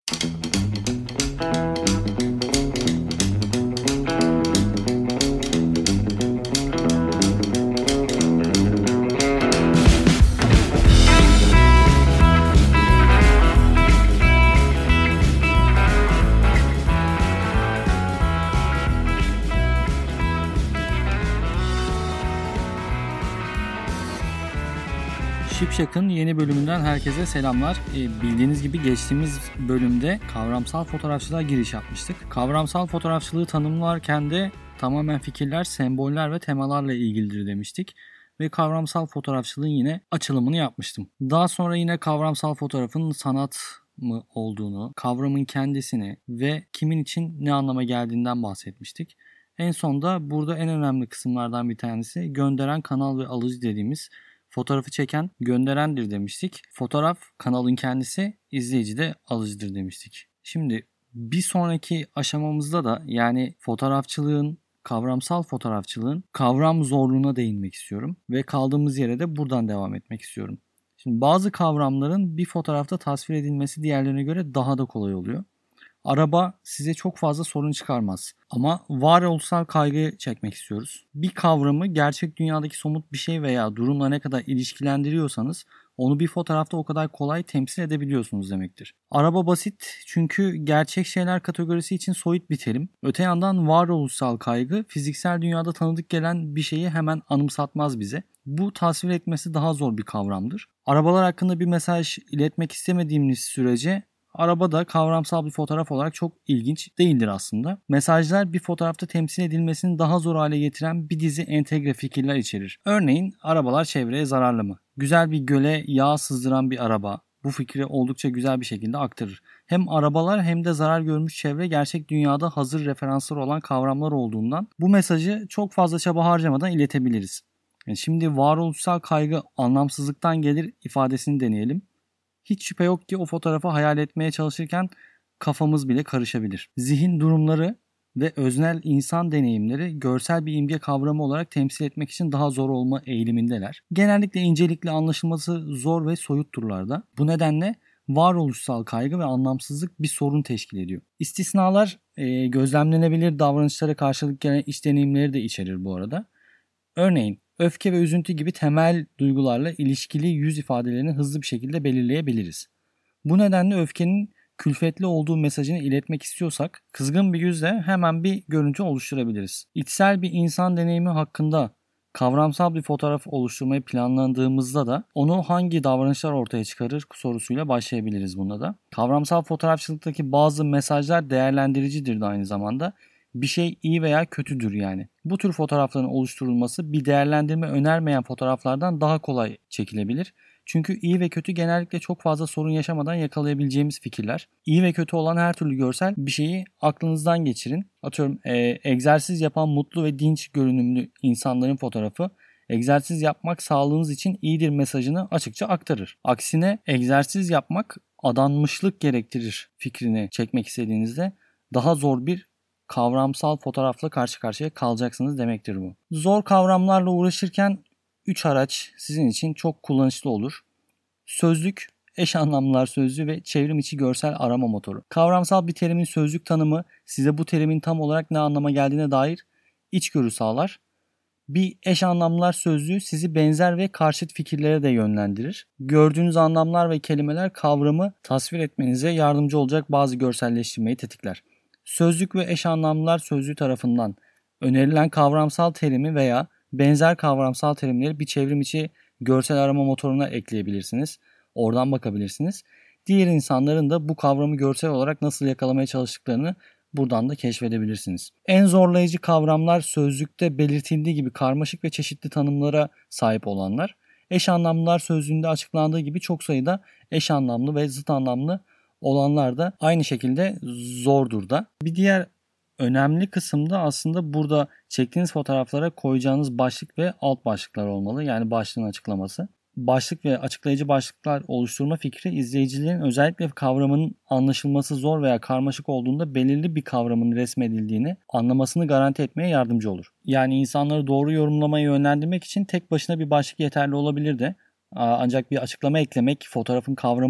Şipşak'ın yeni bölümünden herkese selamlar. Bildiğiniz gibi geçtiğimiz bölümde kavramsal fotoğrafçılığa giriş yapmıştık. Kavramsal fotoğrafçılığı tanımlarken de tamamen fikirler, semboller ve temalarla ilgilidir demiştik. Ve kavramsal fotoğrafçılığın yine açılımını yapmıştım. Daha sonra yine kavramsal fotoğrafın sanat mı olduğunu, kavramın kendisini ve kimin için ne anlama geldiğinden bahsetmiştik. En sonda burada en önemli kısımlardan bir tanesi gönderen kanal ve alıcı dediğimiz fotoğrafı çeken gönderendir demiştik. Fotoğraf kanalın kendisi, izleyici de alıcıdır demiştik. Şimdi bir sonraki aşamamızda da yani fotoğrafçılığın, kavramsal fotoğrafçılığın kavram zorluğuna değinmek istiyorum. Ve kaldığımız yere de buradan devam etmek istiyorum. Şimdi bazı kavramların bir fotoğrafta tasvir edilmesi diğerlerine göre daha da kolay oluyor. Araba size çok fazla sorun çıkarmaz. Ama varoluşsal kaygı çekmek istiyoruz. Bir kavramı gerçek dünyadaki somut bir şey veya durumla ne kadar ilişkilendiriyorsanız onu bir fotoğrafta o kadar kolay temsil edebiliyorsunuz demektir. Araba basit çünkü gerçek şeyler kategorisi için soyut bir terim. Öte yandan varoluşsal kaygı fiziksel dünyada tanıdık gelen bir şeyi hemen anımsatmaz bize. Bu tasvir etmesi daha zor bir kavramdır. Arabalar hakkında bir mesaj iletmek istemediğimiz sürece araba da kavramsal bir fotoğraf olarak çok ilginç değildir aslında. Mesajlar bir fotoğrafta temsil edilmesini daha zor hale getiren bir dizi entegre fikirler içerir. Örneğin arabalar çevreye zararlı mı? Güzel bir göle yağ sızdıran bir araba bu fikri oldukça güzel bir şekilde aktarır. Hem arabalar hem de zarar görmüş çevre gerçek dünyada hazır referanslar olan kavramlar olduğundan bu mesajı çok fazla çaba harcamadan iletebiliriz. Şimdi varoluşsal kaygı anlamsızlıktan gelir ifadesini deneyelim. Hiç şüphe yok ki o fotoğrafı hayal etmeye çalışırken kafamız bile karışabilir. Zihin durumları ve öznel insan deneyimleri görsel bir imge kavramı olarak temsil etmek için daha zor olma eğilimindeler. Genellikle incelikle anlaşılması zor ve soyut turlarda. Bu nedenle varoluşsal kaygı ve anlamsızlık bir sorun teşkil ediyor. İstisnalar gözlemlenebilir davranışlara karşılık gelen iç deneyimleri de içerir bu arada. Örneğin öfke ve üzüntü gibi temel duygularla ilişkili yüz ifadelerini hızlı bir şekilde belirleyebiliriz. Bu nedenle öfkenin külfetli olduğu mesajını iletmek istiyorsak kızgın bir yüzle hemen bir görüntü oluşturabiliriz. İçsel bir insan deneyimi hakkında kavramsal bir fotoğraf oluşturmayı planladığımızda da onu hangi davranışlar ortaya çıkarır sorusuyla başlayabiliriz bunda da. Kavramsal fotoğrafçılıktaki bazı mesajlar değerlendiricidir de aynı zamanda. Bir şey iyi veya kötüdür yani. Bu tür fotoğrafların oluşturulması bir değerlendirme önermeyen fotoğraflardan daha kolay çekilebilir. Çünkü iyi ve kötü genellikle çok fazla sorun yaşamadan yakalayabileceğimiz fikirler. İyi ve kötü olan her türlü görsel bir şeyi aklınızdan geçirin. Atıyorum egzersiz yapan mutlu ve dinç görünümlü insanların fotoğrafı egzersiz yapmak sağlığınız için iyidir mesajını açıkça aktarır. Aksine egzersiz yapmak adanmışlık gerektirir fikrini çekmek istediğinizde daha zor bir kavramsal fotoğrafla karşı karşıya kalacaksınız demektir bu. Zor kavramlarla uğraşırken 3 araç sizin için çok kullanışlı olur. Sözlük, eş anlamlılar sözlüğü ve çevrim içi görsel arama motoru. Kavramsal bir terimin sözlük tanımı size bu terimin tam olarak ne anlama geldiğine dair içgörü sağlar. Bir eş anlamlılar sözlüğü sizi benzer ve karşıt fikirlere de yönlendirir. Gördüğünüz anlamlar ve kelimeler kavramı tasvir etmenize yardımcı olacak bazı görselleştirmeyi tetikler. Sözlük ve eş anlamlılar sözlüğü tarafından önerilen kavramsal terimi veya benzer kavramsal terimleri bir çevrim içi görsel arama motoruna ekleyebilirsiniz. Oradan bakabilirsiniz. Diğer insanların da bu kavramı görsel olarak nasıl yakalamaya çalıştıklarını buradan da keşfedebilirsiniz. En zorlayıcı kavramlar sözlükte belirtildiği gibi karmaşık ve çeşitli tanımlara sahip olanlar. Eş anlamlılar sözlüğünde açıklandığı gibi çok sayıda eş anlamlı ve zıt anlamlı olanlar da aynı şekilde zordur da. Bir diğer önemli kısım da aslında burada çektiğiniz fotoğraflara koyacağınız başlık ve alt başlıklar olmalı. Yani başlığın açıklaması. Başlık ve açıklayıcı başlıklar oluşturma fikri izleyicilerin özellikle kavramın anlaşılması zor veya karmaşık olduğunda belirli bir kavramın resmedildiğini anlamasını garanti etmeye yardımcı olur. Yani insanları doğru yorumlamaya yönlendirmek için tek başına bir başlık yeterli olabilir de ancak bir açıklama eklemek fotoğrafın kavramı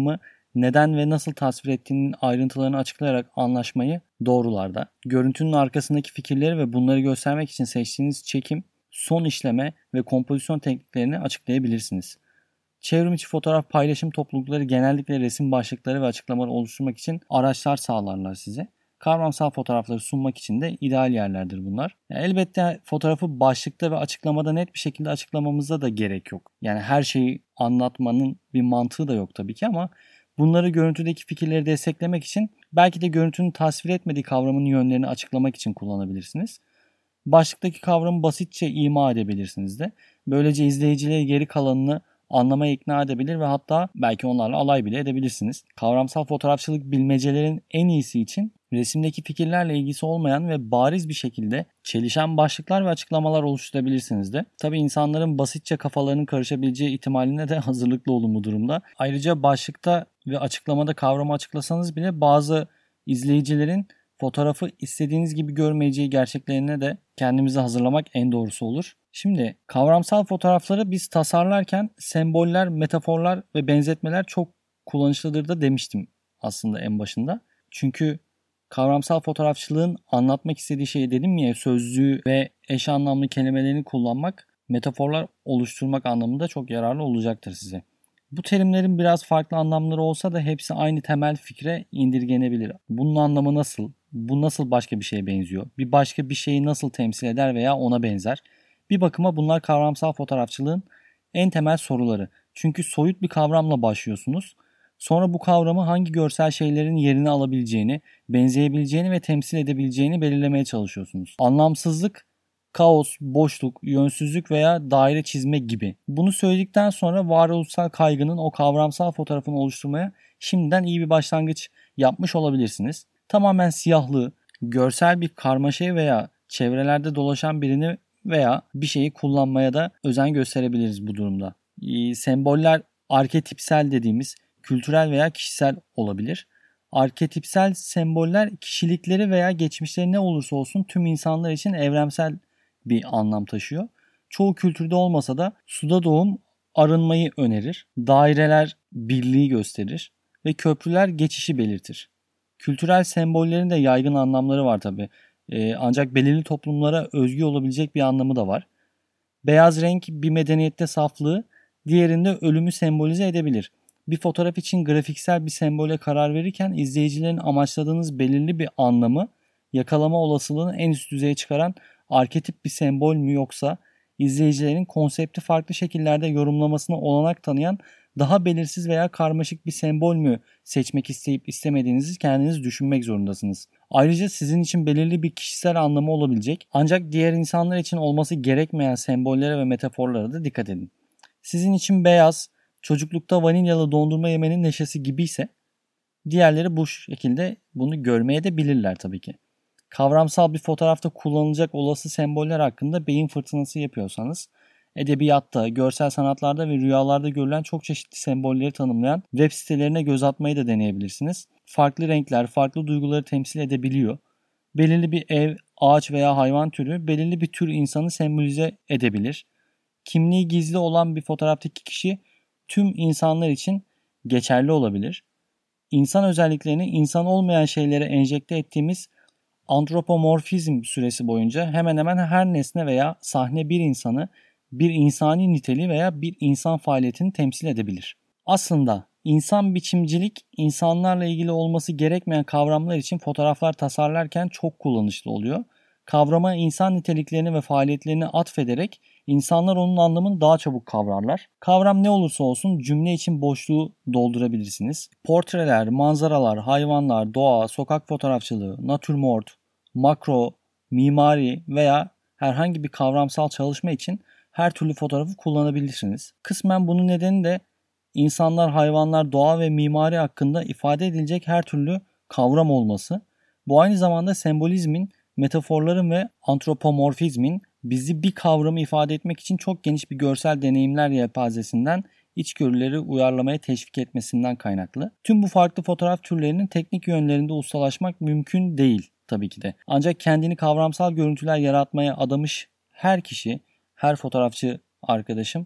neden ve nasıl tasvir ettiğinin ayrıntılarını açıklayarak anlaşmayı doğrularda. Görüntünün arkasındaki fikirleri ve bunları göstermek için seçtiğiniz çekim, son işleme ve kompozisyon tekniklerini açıklayabilirsiniz. Çevrimiçi fotoğraf paylaşım toplulukları genellikle resim başlıkları ve açıklamaları oluşturmak için araçlar sağlarlar size. Kavramsal fotoğrafları sunmak için de ideal yerlerdir bunlar. Elbette fotoğrafı başlıkta ve açıklamada net bir şekilde açıklamamıza da gerek yok. Yani her şeyi anlatmanın bir mantığı da yok tabii ki ama bunları görüntüdeki fikirleri desteklemek için belki de görüntünün tasvir etmediği kavramın yönlerini açıklamak için kullanabilirsiniz. Başlıktaki kavramı basitçe ima edebilirsiniz de. Böylece izleyicileri geri kalanını anlamaya ikna edebilir ve hatta belki onlarla alay bile edebilirsiniz. Kavramsal fotoğrafçılık bilmecelerin en iyisi için resimdeki fikirlerle ilgisi olmayan ve bariz bir şekilde çelişen başlıklar ve açıklamalar oluşturabilirsiniz de. Tabii insanların basitçe kafalarının karışabileceği ihtimaline de hazırlıklı olun bu durumda. Ayrıca başlıkta ve açıklamada kavramı açıklasanız bile bazı izleyicilerin fotoğrafı istediğiniz gibi görmeyeceği gerçeklerine de kendimizi hazırlamak en doğrusu olur. Şimdi kavramsal fotoğrafları biz tasarlarken semboller, metaforlar ve benzetmeler çok kullanışlıdır da demiştim aslında en başında. Çünkü kavramsal fotoğrafçılığın anlatmak istediği şeyi dedim ya, sözlüğü ve eş anlamlı kelimelerini kullanmak, metaforlar oluşturmak anlamında çok yararlı olacaktır size. Bu terimlerin biraz farklı anlamları olsa da hepsi aynı temel fikre indirgenebilir. Bunun anlamı nasıl? Bu nasıl başka bir şeye benziyor? Bir başka bir şeyi nasıl temsil eder veya ona benzer? Bir bakıma bunlar kavramsal fotoğrafçılığın en temel soruları. Çünkü soyut bir kavramla başlıyorsunuz. Sonra bu kavramı hangi görsel şeylerin yerini alabileceğini, benzeyebileceğini ve temsil edebileceğini belirlemeye çalışıyorsunuz. Anlamsızlık, kaos, boşluk, yönsüzlük veya daire çizme gibi. Bunu söyledikten sonra varoluşsal kaygının o kavramsal fotoğrafını oluşturmaya şimdiden iyi bir başlangıç yapmış olabilirsiniz. Tamamen siyahlığı, görsel bir karmaşayı veya çevrelerde dolaşan birini veya bir şeyi kullanmaya da özen gösterebiliriz bu durumda. Semboller arketipsel dediğimiz kültürel veya kişisel olabilir. Arketipsel semboller kişilikleri veya geçmişleri ne olursa olsun tüm insanlar için evrensel bir anlam taşıyor. Çoğu kültürde olmasa da suda doğum arınmayı önerir. Daireler birliği gösterir ve köprüler geçişi belirtir. Kültürel sembollerin de yaygın anlamları var tabi. Ancak belirli toplumlara özgü olabilecek bir anlamı da var. Beyaz renk bir medeniyette saflığı, diğerinde ölümü sembolize edebilir. Bir fotoğraf için grafiksel bir sembole karar verirken izleyicilerin amaçladığınız belirli bir anlamı yakalama olasılığını en üst düzeye çıkaran arketip bir sembol mü, yoksa izleyicilerin konsepti farklı şekillerde yorumlamasına olanak tanıyan daha belirsiz veya karmaşık bir sembol mü seçmek isteyip istemediğinizi kendiniz düşünmek zorundasınız. Ayrıca sizin için belirli bir kişisel anlamı olabilecek ancak diğer insanlar için olması gerekmeyen sembollere ve metaforlara da dikkat edin. Sizin için beyaz, çocuklukta vanilyalı dondurma yemenin neşesi gibiyse diğerleri bu şekilde bunu görmeye de bilirler tabii ki. Kavramsal bir fotoğrafta kullanılacak olası semboller hakkında beyin fırtınası yapıyorsanız, edebiyatta, görsel sanatlarda ve rüyalarda görülen çok çeşitli sembolleri tanımlayan web sitelerine göz atmayı da deneyebilirsiniz. Farklı renkler, farklı duyguları temsil edebiliyor. Belirli bir ev, ağaç veya hayvan türü belirli bir tür insanı sembolize edebilir. Kimliği gizli olan bir fotoğraftaki kişi tüm insanlar için geçerli olabilir. İnsan özelliklerini insan olmayan şeylere enjekte ettiğimiz antropomorfizm süresi boyunca hemen hemen her nesne veya sahne bir insanı, bir insani niteliği veya bir insan faaliyetini temsil edebilir. Aslında insan biçimcilik, insanlarla ilgili olması gerekmeyen kavramlar için fotoğraflar tasarlarken çok kullanışlı oluyor. Kavrama insan niteliklerini ve faaliyetlerini atfederek insanlar onun anlamını daha çabuk kavrarlar. Kavram ne olursa olsun cümle için boşluğu doldurabilirsiniz. Portreler, manzaralar, hayvanlar, doğa, sokak fotoğrafçılığı, natürmort, makro, mimari veya herhangi bir kavramsal çalışma için her türlü fotoğrafı kullanabilirsiniz. Kısmen bunun nedeni de insanlar, hayvanlar, doğa ve mimari hakkında ifade edilecek her türlü kavram olması. Bu aynı zamanda sembolizmin, metaforların ve antropomorfizmin bizi bir kavramı ifade etmek için çok geniş bir görsel deneyimler yelpazesinden içgörüleri uyarlamaya teşvik etmesinden kaynaklı. Tüm bu farklı fotoğraf türlerinin teknik yönlerinde ustalaşmak mümkün değil tabii ki de. Ancak kendini kavramsal görüntüler yaratmaya adamış her kişi, her fotoğrafçı arkadaşım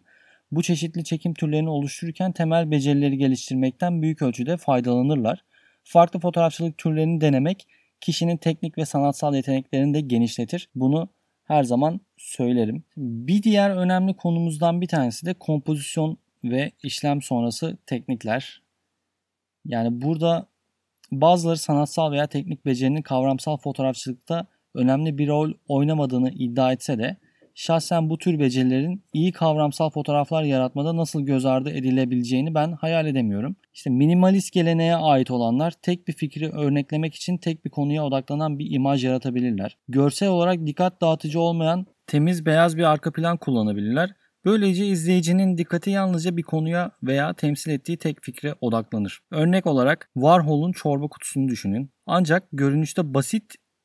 Bu çeşitli çekim türlerini oluştururken temel becerileri geliştirmekten büyük ölçüde faydalanırlar. Farklı fotoğrafçılık türlerini denemek kişinin teknik ve sanatsal yeteneklerini de genişletir. Bunu her zaman söylerim. Bir diğer önemli konumuzdan bir tanesi de kompozisyon ve işlem sonrası teknikler. Yani burada bazıları sanatsal veya teknik becerinin kavramsal fotoğrafçılıkta önemli bir rol oynamadığını iddia etse de şahsen bu tür becerilerin iyi kavramsal fotoğraflar yaratmada nasıl göz ardı edilebileceğini ben hayal edemiyorum. İşte minimalist geleneğe ait olanlar tek bir fikri örneklemek için tek bir konuya odaklanan bir imaj yaratabilirler. Görsel olarak dikkat dağıtıcı olmayan temiz beyaz bir arka plan kullanabilirler. Böylece izleyicinin dikkati yalnızca bir konuya veya temsil ettiği tek fikre odaklanır. Örnek olarak Warhol'un çorba kutusunu düşünün. Ancak görünüşte basit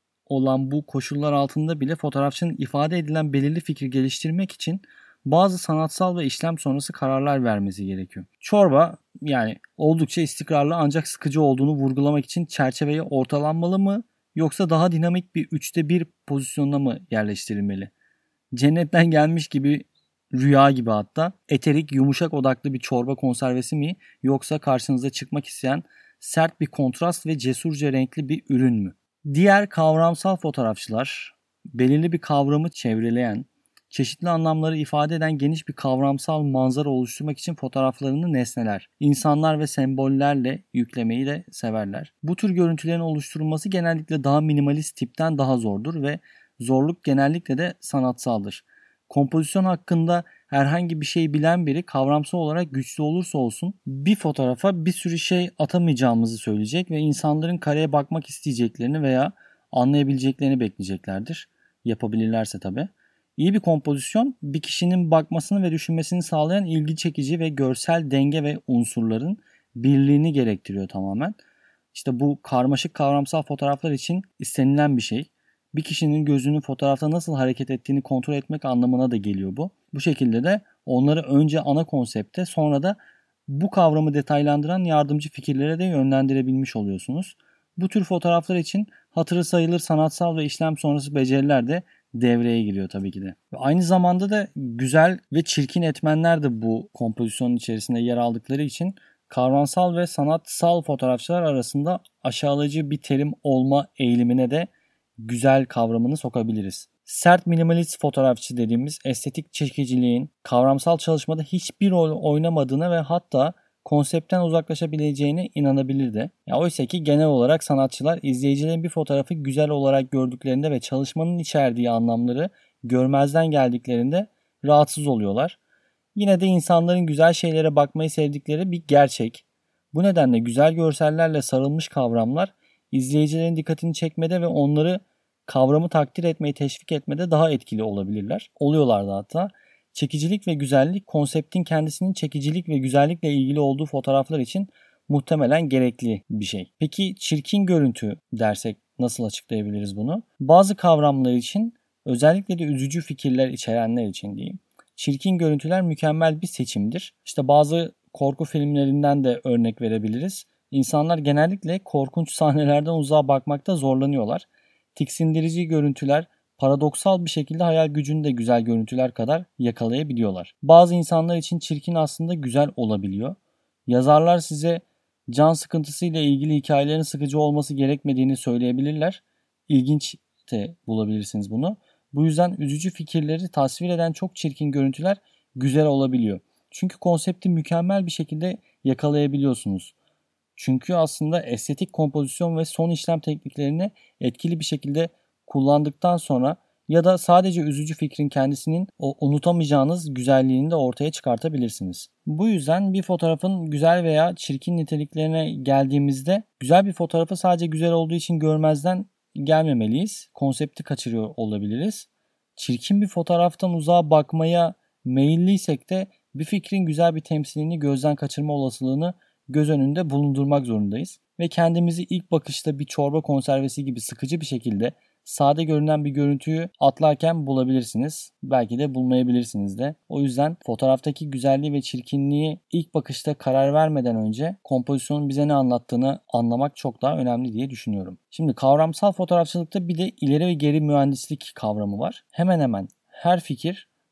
olan bu koşullar altında bile fotoğrafçının ifade edilen belirli fikri geliştirmek için bazı sanatsal ve işlem sonrası kararlar vermesi gerekiyor. Çorba yani oldukça istikrarlı ancak sıkıcı olduğunu vurgulamak için çerçeveye ortalanmalı mı yoksa daha dinamik bir 1/3 pozisyonuna mı yerleştirilmeli? Cennetten gelmiş gibi, rüya gibi hatta eterik yumuşak odaklı bir çorba konservesi mi yoksa karşınıza çıkmak isteyen sert bir kontrast ve cesurca renkli bir ürün mü? Diğer kavramsal fotoğrafçılar belirli bir kavramı çevreleyen, çeşitli anlamları ifade eden geniş bir kavramsal manzara oluşturmak için fotoğraflarını nesneler, insanlar ve sembollerle yüklemeyi de severler. Bu tür görüntülerin oluşturulması genellikle daha minimalist tipten daha zordur ve zorluk genellikle de sanatsaldır. Kompozisyon hakkında herhangi bir şey bilen biri kavramsal olarak güçlü olursa olsun bir fotoğrafa bir sürü şey atamayacağımızı söyleyecek ve insanların kareye bakmak isteyeceklerini veya anlayabileceklerini bekleyeceklerdir. Yapabilirlerse tabii. İyi bir kompozisyon bir kişinin bakmasını ve düşünmesini sağlayan ilgi çekici ve görsel denge ve unsurların birliğini gerektiriyor tamamen. İşte bu karmaşık kavramsal fotoğraflar için istenilen bir şey. Bir kişinin gözünün fotoğrafta nasıl hareket ettiğini kontrol etmek anlamına da geliyor bu. Bu şekilde de onları önce ana konsepte sonra da bu kavramı detaylandıran yardımcı fikirlere de yönlendirebilmiş oluyorsunuz. Bu tür fotoğraflar için hatırı sayılır sanatsal ve işlem sonrası beceriler de devreye giriyor tabii ki de. Ve aynı zamanda da güzel ve çirkin etmenler de bu kompozisyonun içerisinde yer aldıkları için kavramsal ve sanatsal fotoğrafçılar arasında aşağılayıcı bir terim olma eğilimine de güzel kavramını sokabiliriz. Sert minimalist fotoğrafçı dediğimiz estetik çekiciliğin kavramsal çalışmada hiçbir rol oynamadığına ve hatta konseptten uzaklaşabileceğine inanabilir de. Oysa ki genel olarak sanatçılar izleyicilerin bir fotoğrafı güzel olarak gördüklerinde ve çalışmanın içerdiği anlamları görmezden geldiklerinde rahatsız oluyorlar. Yine de insanların güzel şeylere bakmayı sevdikleri bir gerçek. Bu nedenle güzel görsellerle sarılmış kavramlar izleyicilerin dikkatini çekmede ve onları kavramı takdir etmeyi teşvik etmede daha etkili olabilirler. Oluyorlardı hatta. Çekicilik ve güzellik konseptin kendisinin çekicilik ve güzellikle ilgili olduğu fotoğraflar için muhtemelen gerekli bir şey. Peki çirkin görüntü dersek nasıl açıklayabiliriz bunu? Bazı kavramlar için özellikle de üzücü fikirler içerenler için diyeyim. Çirkin görüntüler mükemmel bir seçimdir. İşte bazı korku filmlerinden de örnek verebiliriz. İnsanlar genellikle korkunç sahnelerden uzağa bakmakta zorlanıyorlar. Tiksindirici görüntüler paradoksal bir şekilde hayal gücünü de güzel görüntüler kadar yakalayabiliyorlar. Bazı insanlar için çirkin aslında güzel olabiliyor. Yazarlar size can sıkıntısıyla ilgili hikayelerin sıkıcı olması gerekmediğini söyleyebilirler. İlginç de bulabilirsiniz bunu. Bu yüzden üzücü fikirleri tasvir eden çok çirkin görüntüler güzel olabiliyor. Çünkü konsepti mükemmel bir şekilde yakalayabiliyorsunuz. Çünkü aslında estetik kompozisyon ve son işlem tekniklerini etkili bir şekilde kullandıktan sonra ya da sadece üzücü fikrin kendisinin o unutamayacağınız güzelliğini de ortaya çıkartabilirsiniz. Bu yüzden bir fotoğrafın güzel veya çirkin niteliklerine geldiğimizde güzel bir fotoğrafı sadece güzel olduğu için görmezden gelmemeliyiz. Konsepti kaçırıyor olabiliriz. Çirkin bir fotoğraftan uzağa bakmaya meyilliysek de bir fikrin güzel bir temsilini gözden kaçırma olasılığını göz önünde bulundurmak zorundayız. Ve kendimizi ilk bakışta bir çorba konservesi gibi sıkıcı bir şekilde sade görünen bir görüntüyü atlarken bulabilirsiniz. Belki de bulmayabilirsiniz de. O yüzden fotoğraftaki güzelliği ve çirkinliği ilk bakışta karar vermeden önce kompozisyonun bize ne anlattığını anlamak çok daha önemli diye düşünüyorum. Şimdi kavramsal fotoğrafçılıkta bir de ileri ve geri mühendislik kavramı var. Hemen hemen her fikir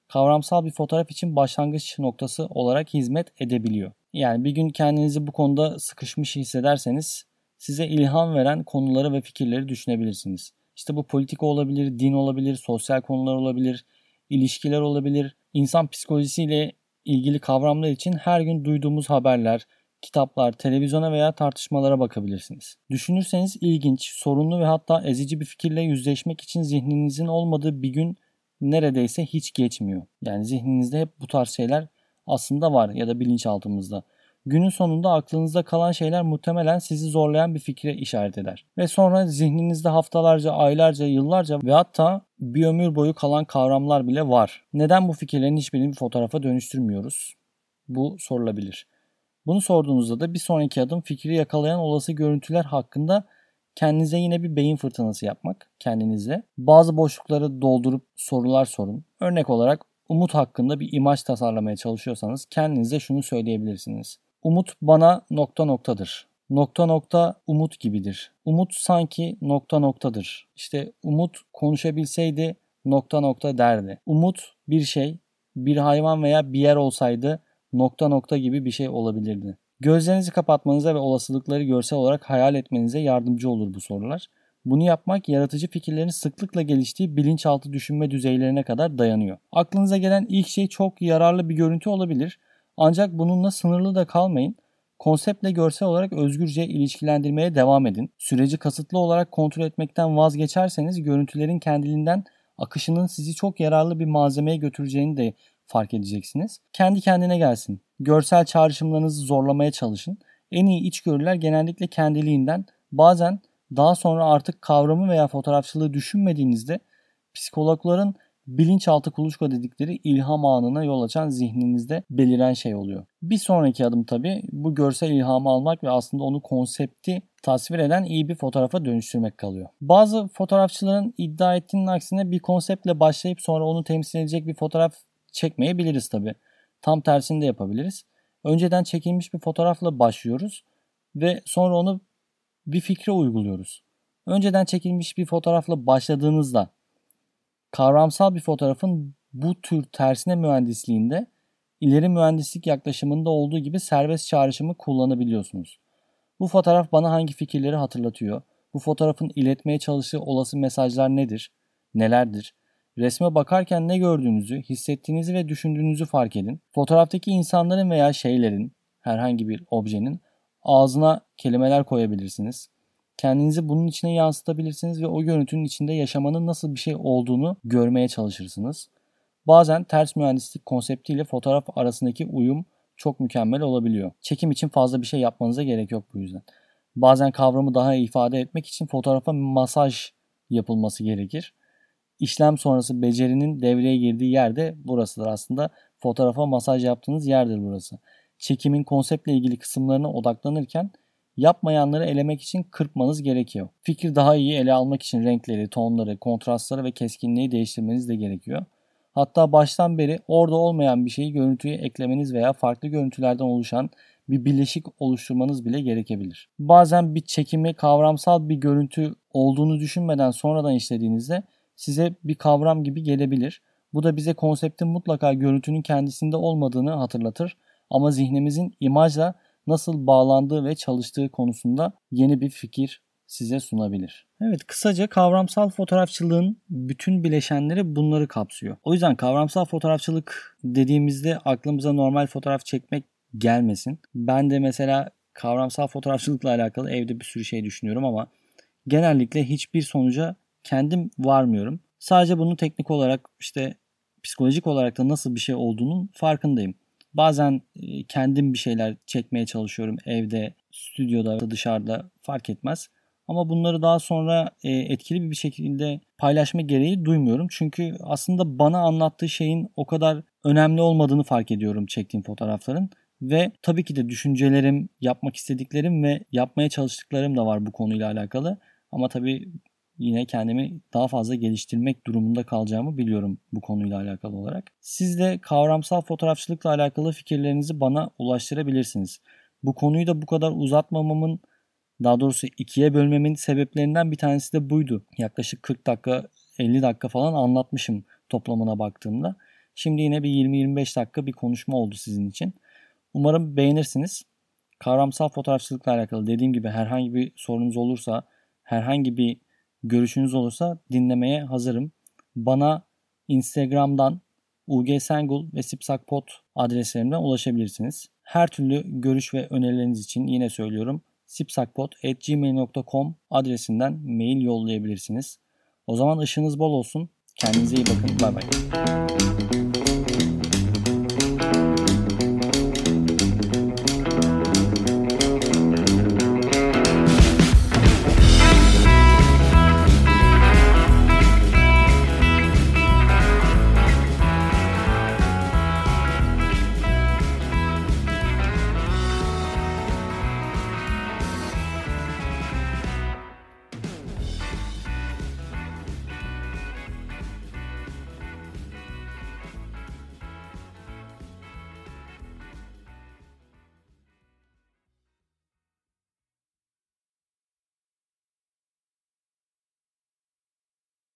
kavramsal bir fotoğraf için başlangıç noktası olarak hizmet edebiliyor. Yani bir gün kendinizi bu konuda sıkışmış hissederseniz size ilham veren konuları ve fikirleri düşünebilirsiniz. İşte bu politika olabilir, din olabilir, sosyal konular olabilir, ilişkiler olabilir. İnsan psikolojisiyle ilgili kavramlar için her gün duyduğumuz haberler, kitaplar, televizyona veya tartışmalara bakabilirsiniz. Düşünürseniz ilginç, sorunlu ve hatta ezici bir fikirle yüzleşmek için zihninizin olmadığı bir gün neredeyse hiç geçmiyor. Yani zihninizde hep bu tarz şeyler aslında var ya da bilinçaltımızda. Günün sonunda aklınızda kalan şeyler muhtemelen sizi zorlayan bir fikre işaret eder. Ve sonra zihninizde haftalarca, aylarca, yıllarca ve hatta bir ömür boyu kalan kavramlar bile var. Neden bu fikirlerin hiçbirini bir fotoğrafa dönüştürmüyoruz? Bu sorulabilir. Bunu sorduğunuzda da bir sonraki adım fikri yakalayan olası görüntüler hakkında kendinize yine bir beyin fırtınası yapmak kendinizle. Bazı boşlukları doldurup sorular sorun. Örnek olarak umut hakkında bir imaj tasarlamaya çalışıyorsanız kendinize şunu söyleyebilirsiniz. Umut bana nokta noktadır. Nokta nokta umut gibidir. Umut sanki nokta noktadır. İşte umut konuşabilseydi nokta nokta derdi. Umut bir şey, bir hayvan veya bir yer olsaydı nokta nokta gibi bir şey olabilirdi. Gözlerinizi kapatmanıza ve olasılıkları görsel olarak hayal etmenize yardımcı olur bu sorular. Bunu yapmak yaratıcı fikirlerin sıklıkla geliştiği bilinçaltı düşünme düzeylerine kadar dayanıyor. Aklınıza gelen ilk şey çok yararlı bir görüntü olabilir. Ancak bununla sınırlı da kalmayın. Konseptle görsel olarak özgürce ilişkilendirmeye devam edin. Süreci kasıtlı olarak kontrol etmekten vazgeçerseniz görüntülerin kendiliğinden akışının sizi çok yararlı bir malzemeye götüreceğini de fark edeceksiniz. Kendi kendine gelsin. Görsel çağrışımlarınızı zorlamaya çalışın. En iyi içgörüler genellikle kendiliğinden, bazen daha sonra artık kavramı veya fotoğrafçılığı düşünmediğinizde psikologların bilinçaltı kuluçka dedikleri ilham anına yol açan zihninizde beliren şey oluyor. Bir sonraki adım tabii bu görsel ilhamı almak ve aslında onu konsepti tasvir eden iyi bir fotoğrafa dönüştürmek kalıyor. Bazı fotoğrafçıların iddia ettiğinin aksine bir konseptle başlayıp sonra onu temsil edecek bir fotoğraf çekmeyebiliriz tabii. Tam tersini de yapabiliriz. Önceden çekilmiş bir fotoğrafla başlıyoruz ve sonra onu bir fikre uyguluyoruz. Önceden çekilmiş bir fotoğrafla başladığınızda kavramsal bir fotoğrafın bu tür tersine mühendisliğinde ileri mühendislik yaklaşımında olduğu gibi serbest çağrışımı kullanabiliyorsunuz. Bu fotoğraf bana hangi fikirleri hatırlatıyor? Bu fotoğrafın iletmeye çalıştığı olası mesajlar nedir? Nelerdir? Resme bakarken ne gördüğünüzü, hissettiğinizi ve düşündüğünüzü fark edin. Fotoğraftaki insanların veya şeylerin, herhangi bir objenin ağzına kelimeler koyabilirsiniz. Kendinizi bunun içine yansıtabilirsiniz ve o görüntünün içinde yaşamanın nasıl bir şey olduğunu görmeye çalışırsınız. Bazen ters mühendislik konseptiyle fotoğraf arasındaki uyum çok mükemmel olabiliyor. Çekim için fazla bir şey yapmanıza gerek yok bu yüzden. Bazen kavramı daha iyi ifade etmek için fotoğrafa masaj yapılması gerekir. İşlem sonrası becerinin devreye girdiği yer de burasıdır aslında. Fotoğrafa masaj yaptığınız yerdir burası. Çekimin konseptle ilgili kısımlarına odaklanırken yapmayanları elemek için kırpmanız gerekiyor. Fikri daha iyi ele almak için renkleri, tonları, kontrastları ve keskinliği değiştirmeniz de gerekiyor. Hatta baştan beri orada olmayan bir şeyi görüntüye eklemeniz veya farklı görüntülerden oluşan bir bileşik oluşturmanız bile gerekebilir. Bazen bir çekimi kavramsal bir görüntü olduğunu düşünmeden sonradan işlediğinizde size bir kavram gibi gelebilir. Bu da bize konseptin mutlaka görüntünün kendisinde olmadığını hatırlatır ama zihnimizin imajla nasıl bağlandığı ve çalıştığı konusunda yeni bir fikir size sunabilir. Evet, kısaca kavramsal fotoğrafçılığın bütün bileşenleri bunları kapsıyor. O yüzden kavramsal fotoğrafçılık dediğimizde aklımıza normal fotoğraf çekmek gelmesin. Ben de mesela kavramsal fotoğrafçılıkla alakalı evde bir sürü şey düşünüyorum ama genellikle hiçbir sonuca kendim varmıyorum. Sadece bunu teknik olarak işte psikolojik olarak da nasıl bir şey olduğunun farkındayım. Bazen kendim bir şeyler çekmeye çalışıyorum evde, stüdyoda, dışarıda fark etmez. Ama bunları daha sonra etkili bir şekilde paylaşma gereği duymuyorum. Çünkü aslında bana anlattığı şeyin o kadar önemli olmadığını fark ediyorum çektiğim fotoğrafların. Ve tabii ki de düşüncelerim, yapmak istediklerim ve yapmaya çalıştıklarım da var bu konuyla alakalı. Ama tabii yine kendimi daha fazla geliştirmek durumunda kalacağımı biliyorum bu konuyla alakalı olarak. Siz de kavramsal fotoğrafçılıkla alakalı fikirlerinizi bana ulaştırabilirsiniz. Bu konuyu da bu kadar uzatmamamın, daha doğrusu ikiye bölmemin sebeplerinden bir tanesi de buydu. Yaklaşık 40 dakika, 50 dakika falan anlatmışım toplamına baktığımda. Şimdi yine bir 20-25 dakika bir konuşma oldu sizin için. Umarım beğenirsiniz. Kavramsal fotoğrafçılıkla alakalı dediğim gibi herhangi bir sorunuz olursa, herhangi bir görüşünüz olursa dinlemeye hazırım. Bana Instagram'dan UGSengul ve Sipsakpot adreslerimden ulaşabilirsiniz. Her türlü görüş ve önerileriniz için yine söylüyorum sipsakpot@gmail.com adresinden mail yollayabilirsiniz. O zaman ışığınız bol olsun. Kendinize iyi bakın. Bay bay.